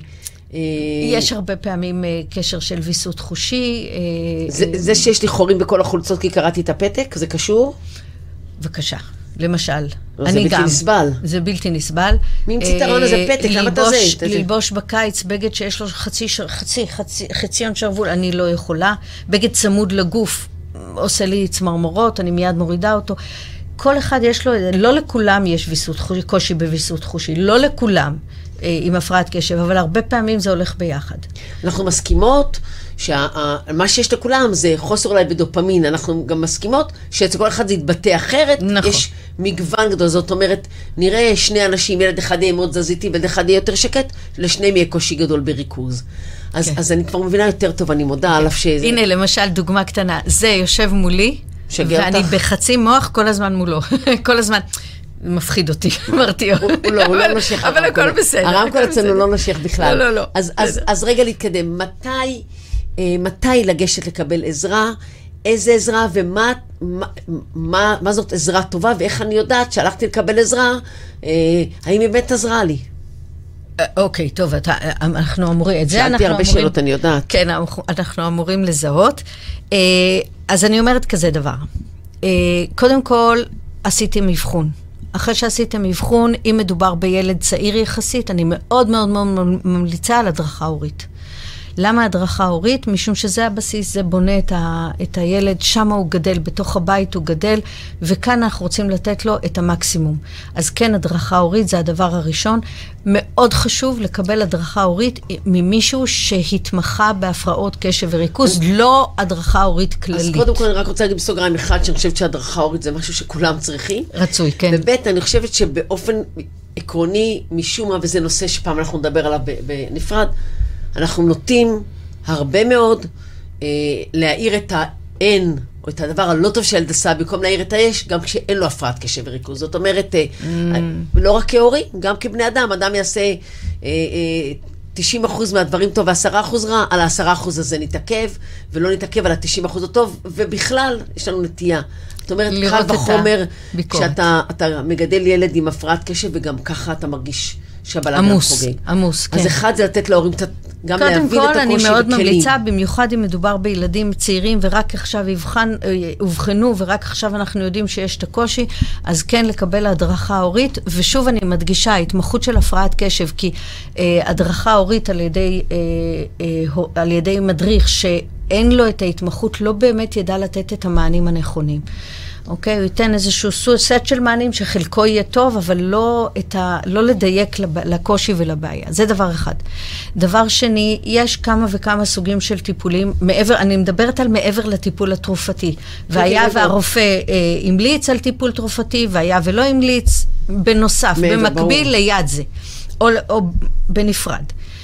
יש הרבה פעמים קשר של ויסות חושי. זה שיש לי חורים בכל החולצות כי קראתי את הפתק, זה קשור? בבקשה, למשל. זה בלתי נסבל. זה בלתי נסבל. מי המציא את הרעיון הזה פתק? למה אתה זה? ללבוש בקיץ בגד שיש לו חציון שרוול, אני לא יכולה. בגד צמוד לגוף, עושה לי צמרמורות, אני מיד מורידה אותו. כל אחד יש לו, לא לכולם יש ויסות חושי, קושי בוויסות חושי, לא לכולם עם הפרעת קשב, אבל הרבה פעמים זה הולך ביחד. אנחנו מסכימות שמה שיש לכולם זה חוסר אולי בדופמין, אנחנו גם מסכימות שאצל כל אחד זה יתבטא אחרת, נכון. יש מגוון גדול, זאת אומרת, נראה שני אנשים, ילד אחד יהיה מאוד זזיתי, וילד אחד יהיה יותר שקט, לשניהם יהיה קושי גדול בריכוז. אז אני כבר מבינה יותר טוב, אני מודה עליו שזה... הנה, למשל, דוגמה קטנה, זה יושב מולי, ואני בחצי מוח כל הזמן מולו. כל הזמן מפחיד אותי, אמרתי. הוא לא נושך. אבל הכל בסדר. הרמקול אצלנו לא נושך בכלל. לא, לא. אז רגע להתקדם. מתי לגשת לקבל עזרה? איזה עזרה ומה זאת עזרה טובה? ואיך אני יודעת שהלכתי לקבל עזרה? האם היא באמת עזרה לי? אוקיי, טוב, אנחנו אמורים, את זה אנחנו אמורים... שאלתי הרבה שאלות, אני יודעת. כן, אנחנו אמורים לזהות. אז אני אומרת כזה דבר. קודם כל, עשיתי מבחון. אחרי שעשיתם אבחון, אם מדובר בילד צעיר יחסית, אני מאוד מאוד מאוד ממליצה על הדרכה הורית. למה הדרכה הורית? משום שזה הבסיס, זה בונה את הילד, שם הוא גדל, בתוך הבית הוא גדל, וכאן אנחנו רוצים לתת לו את המקסימום. אז כן, הדרכה הורית זה הדבר הראשון. מאוד חשוב לקבל הדרכה הורית ממישהו שהתמחה בהפרעות קשב וריכוז, לא הדרכה הורית כללית. אז קודם כל אני רק רוצה להגיד בסוגריים אחד, שאני חושבת שהדרכה הורית זה משהו שכולם צריכים. רצוי, כן. ובית, אני חושבת שבאופן עקרוני, משום מה, וזה נושא שפעם אנחנו נדבר עליו בנפרד, אנחנו נוטים הרבה מאוד להעיר את האין, או את הדבר הלא טוב של ילד עשה, במקום להעיר את היש, גם כשאין לו הפרעת קשב וריכוז. זאת אומרת, לא רק כהורי, גם כבני אדם, אדם יעשה 90% מהדברים טוב ו10% רע, על ה10% הזה נתעכב, ולא נתעכב על ה90% הטוב, ובכלל יש לנו נטייה. זאת אומרת, קל וחומר, כשאתה מגדל ילד עם הפרעת קשב, וגם ככה אתה מרגיש שהבלגן חוגג. עמוס, כן. אז אחד זה לתת להורים גם להבין את הקושי קודם כל, אני מאוד בכלים. ממליצה, במיוחד אם מדובר בילדים צעירים, ורק עכשיו הובחנו, ורק עכשיו אנחנו יודעים שיש את הקושי, אז כן לקבל הדרכה הורית, ושוב אני מדגישה, התמחות של הפרעת קשב, כי הדרכה הורית על ידי מדריך שאין לו את ההתמחות, לא באמת ידע לתת את המענים הנכונים. אוקיי? הוא ייתן איזשהו סט של מענים שחלקו יהיה טוב, אבל לא לדייק לקושי ולבעיה. זה דבר אחד. דבר שני, יש כמה וכמה סוגים של טיפולים, אני מדברת על מעבר לטיפול התרופתי. והיה והרופא המליץ על טיפול תרופתי, והיה ולא המליץ, בנוסף, במקביל ליד זה. או בנפרד.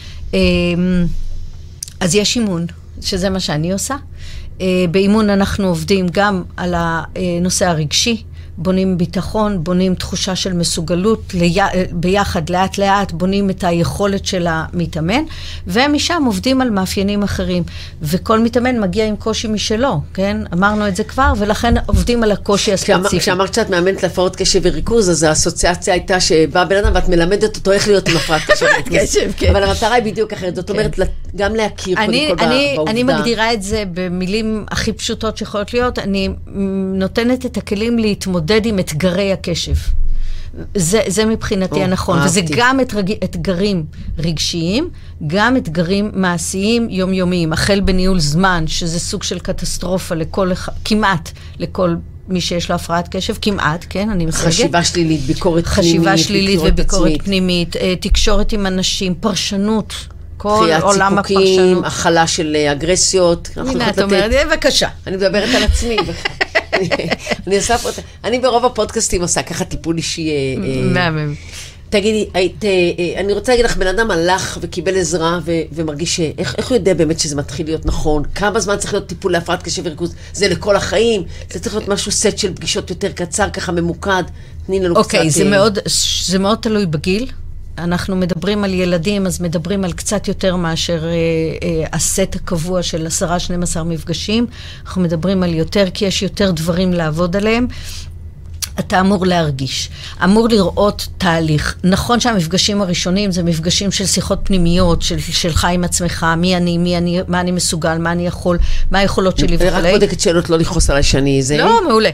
אז יש אימון, שזה מה שאני עושה. באימון אנחנו עובדים גם על הנושא הרגשי, בונים ביטחון, בונים תחושה של מסוגלות, ביחד, לאט לאט, בונים את היכולת של המתאמן, ומשם עובדים על מאפיינים אחרים. וכל מתאמן מגיע עם קושי משלו, כן? אמרנו את זה כבר, ולכן עובדים על הקושי הספציפי. כשאמרת שאת מאמנת להפרעות קשב וריכוז, אז האסוציאציה הייתה שבא בן אדם, ואת מלמדת אותו איך להיות עם הפרעת קשב וריכוז. אבל המטרה היא בדיוק אחרת, זאת אומרת, גם להכיר קודם כל בעובדה. אני מגדירה את זה במילים הכי פשוטות שיכולות להיות, אני נותנת את הכלים להתמודד עם אתגרי הקשב. זה מבחינתי הנכון. וזה גם אתגרים רגשיים, גם אתגרים מעשיים יומיומיים. החל בניהול זמן, שזה סוג של קטסטרופה כמעט לכל מי שיש לו הפרעת קשב, כמעט, כן, אני מסגת. חשיבה שלילית, ביקורת פנימית, חשיבה שלילית וביקורת פנימית, תקשורת עם אנשים, פרשנות, כל עולם הפרשנות. ציפוקים, הכלה של אגרסיות. הנה, את אומרת, בבקשה. אני מדברת על עצמי. אני ברוב הפודקאסטים עושה ככה טיפול אישי. תגידי, אני רוצה להגיד לך, בן אדם הלך וקיבל עזרה ומרגיש איך הוא יודע באמת שזה מתחיל להיות נכון? כמה זמן צריך להיות טיפול להפרעת קשב וריכוז? זה לכל החיים? זה צריך להיות משהו סט של פגישות יותר קצר, ככה ממוקד? תני לנו קצת. אוקיי, זה מאוד תלוי בגיל. אנחנו מדברים על ילדים, אז מדברים על קצת יותר מאשר הסט הקבוע של 10-12 מפגשים. אנחנו מדברים על יותר, כי יש יותר דברים לעבוד עליהם. אתה אמור להרגיש, אמור לראות תהליך. נכון שהמפגשים הראשונים זה מפגשים של שיחות פנימיות, שלך עם עצמך, מי אני, מה אני מסוגל, מה אני יכול, מה היכולות שלי וכו'. רק בודקת שאלות, לא לכעוס עליי שאני זה. לא, מעולה.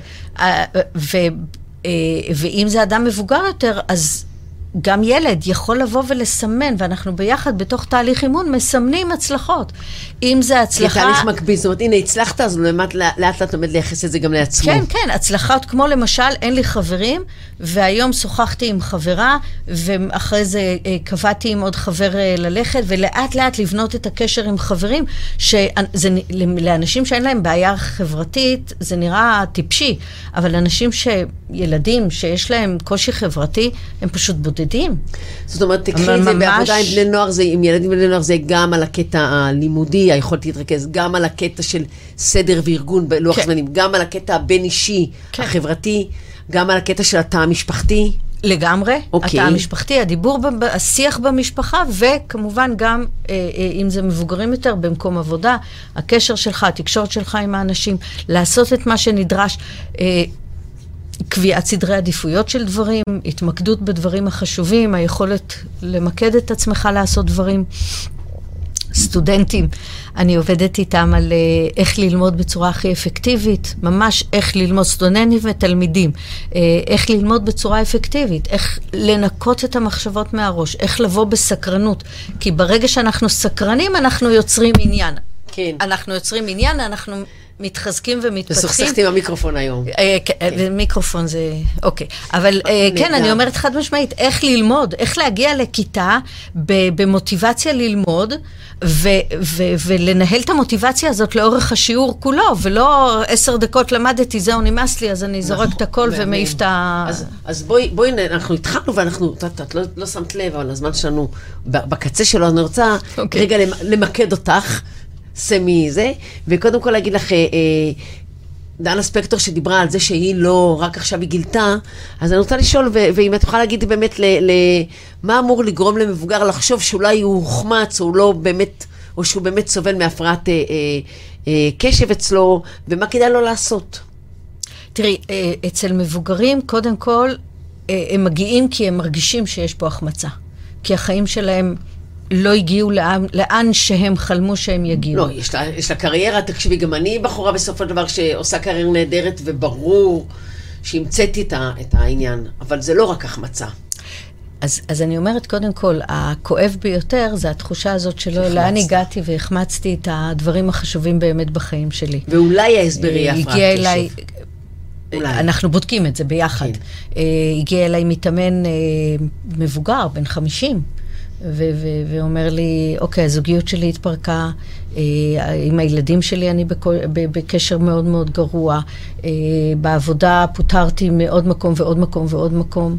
ואם זה אדם מבוגר יותר, אז גם ילד יכול לבוא ולסמן, ואנחנו ביחד בתוך תהליך אימון מסמנים הצלחות. אם זה הצלחה... כתהליך מקביל, זאת אומרת, הנה, הצלחת, אז לאט לאט לומד לייחס את זה גם לעצמו. כן, כן, הצלחות כמו למשל, אין לי חברים, והיום שוחחתי עם חברה, ואחרי זה קבעתי עם עוד חבר ללכת, ולאט לאט לבנות את הקשר עם חברים, לאנשים שאין להם בעיה חברתית, זה נראה טיפשי, אבל אנשים ילדים שיש להם קושי חברתי, הם פשוט בודדים. זאת אומרת, תקחי את זה בעבודה עם בני נוער, עם ילדים ובני נוער, זה גם על הקטע הלימודי, היכולת להתרכז, גם על הקטע של סדר וארגון בלוח זמנים, גם על הקטע הבין-אישי, החברתי, גם על הקטע של התא המשפחתי. לגמרי, התא המשפחתי, הדיבור, השיח במשפחה, וכמובן גם, אם זה מבוגרים יותר, במקום עבודה, הקשר שלך, התקשורת שלך עם האנשים, לעשות את מה שנדרש, קביעת סדרי עדיפויות של דברים, התמקדות בדברים החשובים, היכולת למקד את עצמך לעשות דברים, סטודנטים, אני עובדת איתם על איך ללמוד בצורה הכי אפקטיבית, ממש איך ללמוד סטודנטים ותלמידים, איך ללמוד בצורה אפקטיבית, איך לנקות את המחשבות מהראש, איך לבוא בסקרנות, כי ברגע שאנחנו סקרנים, אנחנו יוצרים עניין. כן. אנחנו יוצרים עניין, אנחנו מתחזקים ומתפתחים. וסוכסכתי עם המיקרופון היום. מיקרופון זה, אוקיי. אבל כן, אני אומרת חד משמעית, איך ללמוד, איך להגיע לכיתה במוטיבציה ללמוד, ולנהל את המוטיבציה הזאת לאורך השיעור כולו, ולא 10 דקות למדתי, זהו נמאס לי, אז אני זורק את הכל ומעיף את ה... אז בואי, אנחנו התחלנו ואנחנו, את לא שמת לב, אבל הזמן שלנו בקצה שלו, אני רוצה רגע למקד אותך, סמי זה, וקודם כל להגיד לך, דנה ספקטור שדיברה על זה שהיא לא, רק עכשיו היא גילתה, אז אני רוצה לשאול, ואם את יכולה להגיד באמת, מה אמור לגרום למבוגר לחשוב שאולי הוא הוחמץ, או לא באמת, או שהוא באמת סובל מהפרעת קשב אצלו, ומה כדאי לו לעשות? תראי, אצל מבוגרים, קודם כל, הם מגיעים כי הם מרגישים שיש פה החמצה. כי החיים שלהם לא הגיעו לאן שהם חלמו שהם יגיעו. לא, יש לה קריירה, תקשיבי, גם אני בחורה בסופו של דבר שעושה קריירה נהדרת, וברור שהמצאתי את העניין, אבל זה לא רק החמצה. אז אני אומרת, קודם כל, הכואב ביותר זה התחושה הזאת שלא, לאן הגעתי והחמצתי את הדברים החשובים באמת בחיים שלי. ואולי ההסבר יהיה הפרעת קשב. אליי, אנחנו בודקים את זה ביחד. הגיע אליי מתאמן מבוגר, בן 50, ואומר לי, אוקיי, הזוגיות שלי התפרקה, עם הילדים שלי אני בקשר מאוד מאוד גרוע, בעבודה פוטרתי מעוד מקום ועוד מקום ועוד מקום,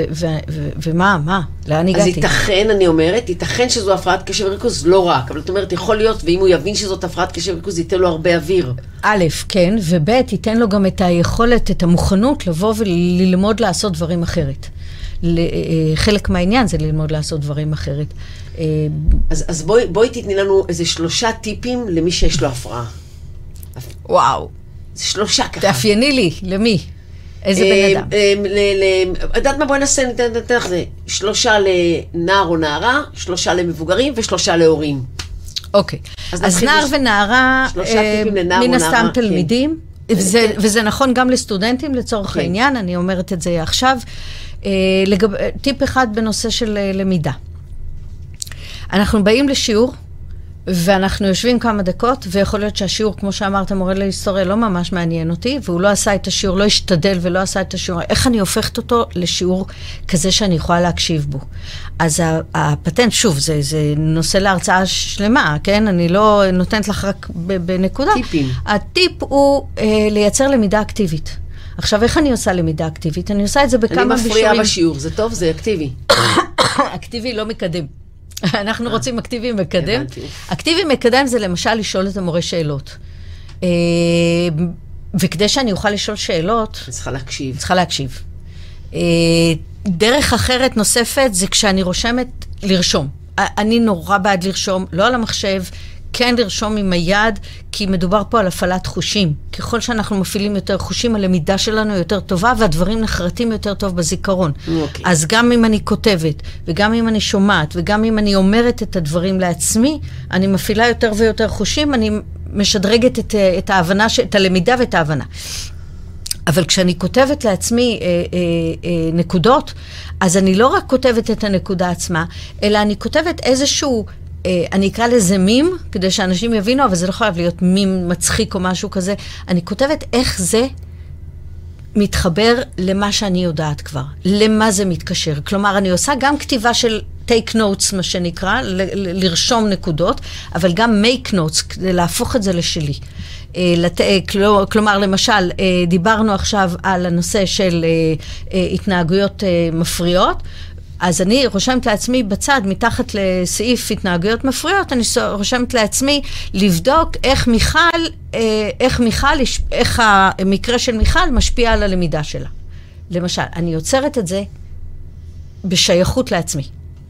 ומה? לאן הגעתי? אז ייתכן, אני אומרת, ייתכן שזו הפרעת קשב וריכוז, לא רק, אבל את אומרת, יכול להיות, ואם הוא יבין שזאת הפרעת קשב וריכוז, ייתן לו הרבה אוויר. א', כן, וב', ייתן לו גם את היכולת, את המוכנות לבוא וללמוד לעשות דברים אחרת. חלק מהעניין זה ללמוד לעשות דברים אחרת. אז בואי תתני לנו איזה 3 טיפים למי שיש לו הפרעה. וואו. זה 3 ככה. תאפייני לי, למי? איזה בן אדם? יודעת מה, בואי נעשה, ניתן לך זה. 3 לנער או נערה, 3 למבוגרים ו3 להורים. אוקיי. אז נער ונערה, מן הסתם תלמידים, וזה נכון גם לסטודנטים לצורך העניין, אני אומרת את זה עכשיו. טיפ אחד בנושא של למידה. אנחנו באים לשיעור, ואנחנו יושבים כמה דקות, ויכול להיות שהשיעור, כמו שאמרת, מורה להיסטוריה, לא ממש מעניין אותי, והוא לא עשה את השיעור, לא השתדל ולא עשה את השיעור. איך אני הופכת אותו לשיעור כזה שאני יכולה להקשיב בו? אז הפטנט, שוב, זה נושא להרצאה שלמה, כן? אני לא נותנת לך רק בנקודה. טיפים. הטיפ הוא לייצר למידה אקטיבית. עכשיו, איך אני עושה למידה אקטיבית? אני עושה את זה בכמה אני בישורים. מפריעה בשיעור, זה טוב, זה אקטיבי. אקטיבי לא מקדם. אנחנו רוצים אקטיבי מקדם. אקטיבי מקדם זה למשל לשאול את המורה שאלות. וכדי שאני אוכל לשאול שאלות... צריכה להקשיב. צריכה להקשיב. דרך אחרת נוספת זה כשאני רושמת לרשום. אני נורא בעד לרשום, לא על המחשב, כן לרשום עם היד, כי מדובר פה על הפעלת חושים. ככל שאנחנו מפעילים יותר חושים, הלמידה שלנו יותר טובה, והדברים נחרטים יותר טוב בזיכרון. אוקיי. אז גם אם אני כותבת, וגם אם אני שומעת, וגם אם אני אומרת את הדברים לעצמי, אני מפעילה יותר ויותר חושים, אני משדרגת את ההבנה, את הלמידה ואת ההבנה. אבל כשאני כותבת לעצמי נקודות, אז אני לא רק כותבת את הנקודה עצמה, אלא אני כותבת איזשהו אני אקרא לזה מים, כדי שאנשים יבינו, אבל זה לא חייב להיות מים מצחיק או משהו כזה. אני כותבת איך זה מתחבר למה שאני יודעת כבר, למה זה מתקשר. כלומר, אני עושה גם כתיבה של take notes, מה שנקרא, לרשום נקודות, אבל גם make notes, כדי להפוך את זה לשלי. כלומר, למשל, דיברנו עכשיו על הנושא של התנהגויות מפריעות, אז אני רושמת לעצמי בצד, מתחת לסעיף התנהגויות מפריעות, אני רושמת לעצמי לבדוק איך המקרה של מיכל משפיע על הלמידה שלה. למשל, אני יוצרת את זה בשייכות לעצמי.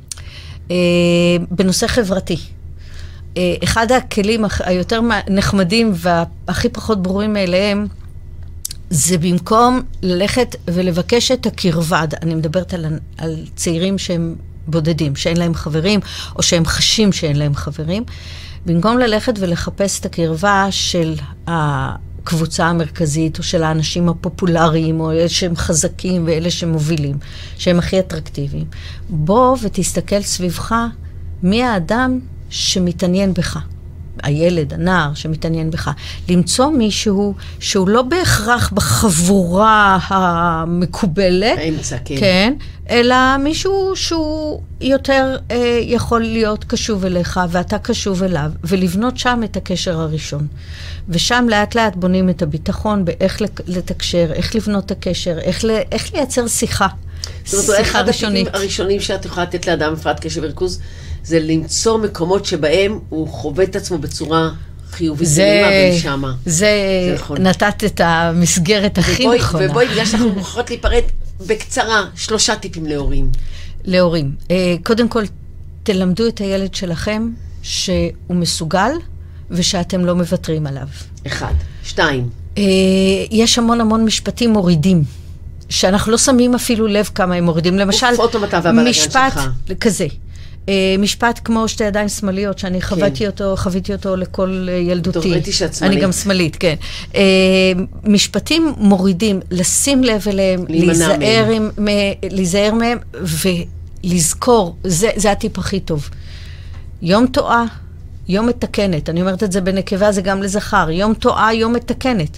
בנושא חברתי. אחד הכלים היותר נחמדים והכי פחות ברורים מאליהם, זה במקום ללכת ולבקש את הקרבה, אני מדברת על צעירים שהם בודדים, שאין להם חברים, או שהם חשים שאין להם חברים, במקום ללכת ולחפש את הקרבה של הקבוצה המרכזית, או של האנשים הפופולריים, או אלה שהם חזקים ואלה שמובילים, שהם הכי אטרקטיביים. בוא ותסתכל סביבך מי האדם שמתעניין בך. הילד, הנער שמתעניין בך. למצוא מישהו שהוא לא בהכרח בחבורה המקובלת, האמצע, כן. כן, אלא מישהו שהוא יותר יכול להיות קשוב אליך, ואתה קשוב אליו, ולבנות שם את הקשר הראשון. ושם לאט לאט בונים את הביטחון באיך לתקשר, איך לבנות את הקשר, איך לייצר שיחה. זאת אומרת, אחד הטיפים הראשונים שאת יכולה לתת לאדם הפרעת קשב וריכוז, זה למצוא מקומות שבהם הוא חווה את עצמו בצורה חיובית ונעימה. זה נכון. נתת את המסגרת הכי נכונה. ובואי, בגלל שאנחנו מוכרחות להיפרד בקצרה, 3 טיפים להורים. להורים. קודם כל, תלמדו את הילד שלכם שהוא מסוגל, ושאתם לא מוותרים עליו. 1. 2. יש המון משפטים מורידים. שאנחנו לא שמים אפילו לב כמה הם מורידים. למשל, משפט כזה. משפט כמו 2 ידיים שמאליות, שאני חוויתי אותו לכל ילדותי. טוב, ראיתי שאת שמאלית. אני גם שמאלית, כן. משפטים מורידים, לשים לב אליהם, להיזהר מהם, ולזכור, זה הטיפ הכי טוב. יום טועה, יום מתקנת. אני אומרת את זה בנקבה, זה גם לזכר. יום טועה, יום מתקנת.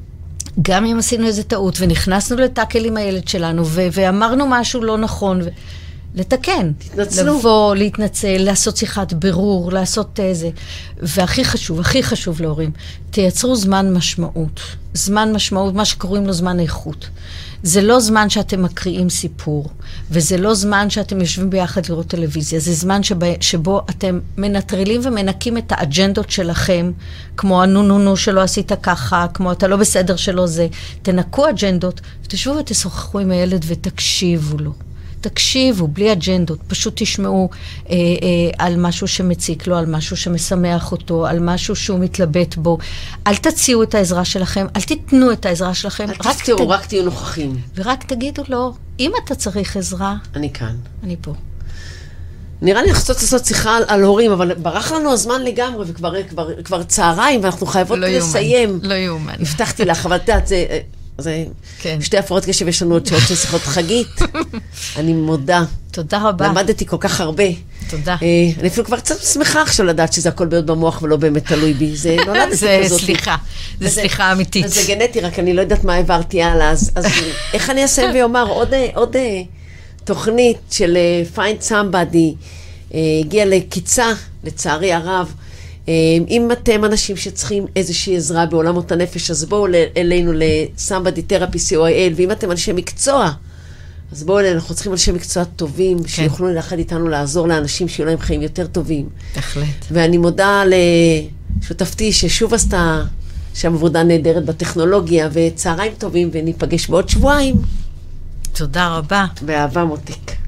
גם אם עשינו איזו טעות, ונכנסנו לטאקל עם הילד שלנו, ואמרנו משהו לא נכון, לתקן. תתנצלו. לבוא, להתנצל, לעשות שיחת ברור, לעשות איזה. והכי חשוב להורים, תייצרו זמן משמעות. זמן משמעות, מה שקוראים לו זמן איכות. זה לא זמן שאתם מקריאים סיפור, וזה לא זמן שאתם יושבים ביחד לראות טלוויזיה, זה זמן שבו אתם מנטרלים ומנקים את האג'נדות שלכם, כמו נו שלא עשית ככה, כמו אתה לא בסדר שלא זה. תנקו אג'נדות, ותשבו ותשוחחו עם הילד ותקשיבו לו. תקשיבו, בלי אג'נדות, פשוט תשמעו על משהו שמציק לו, על משהו שמשמח אותו, על משהו שהוא מתלבט בו. אל תציעו את העזרה שלכם, אל תיתנו את העזרה שלכם. רק תהיו נוכחים. ורק תגידו לו, אם אתה צריך עזרה, אני כאן. אני פה. נראה לי אנחנו לעשות שיחה על הורים, אבל ברח לנו הזמן לגמרי, וכבר צהריים, ואנחנו חייבות לסיים. לא יאומן. הבטחתי לך, אבל זה כן. 2 הפרעות קשב, יש לנו עוד שעות של שיחות חגית. אני מודה. תודה רבה. למדתי כל כך הרבה. תודה. אני אפילו כבר קצת שמחה עכשיו לדעת שזה הכל בעיות במוח ולא באמת תלוי בי. זה נולדתי כזאת. זה סליחה אמיתית. זה גנטי, רק אני לא יודעת מה העברתי הלאה. אז איך אני אסיים ואומר, עוד תוכנית של Find Somebody הגיעה לקיצה, לצערי הרב. אם אתם אנשים שצריכים איזושהי עזרה בעולמות הנפש, אז בואו אלינו ל-Somebody Therapy COIL, ואם אתם אנשי מקצוע, אז בואו אלינו, אנחנו צריכים אנשי מקצוע טובים, כן. שיוכלו ללכת איתנו לעזור לאנשים שיהיו להם חיים יותר טובים. בהחלט. ואני מודה לשותפתי ששוב עשתה שם עבודה נהדרת בטכנולוגיה, וצהריים טובים, וניפגש בעוד שבועיים. תודה רבה. באהבה מותק.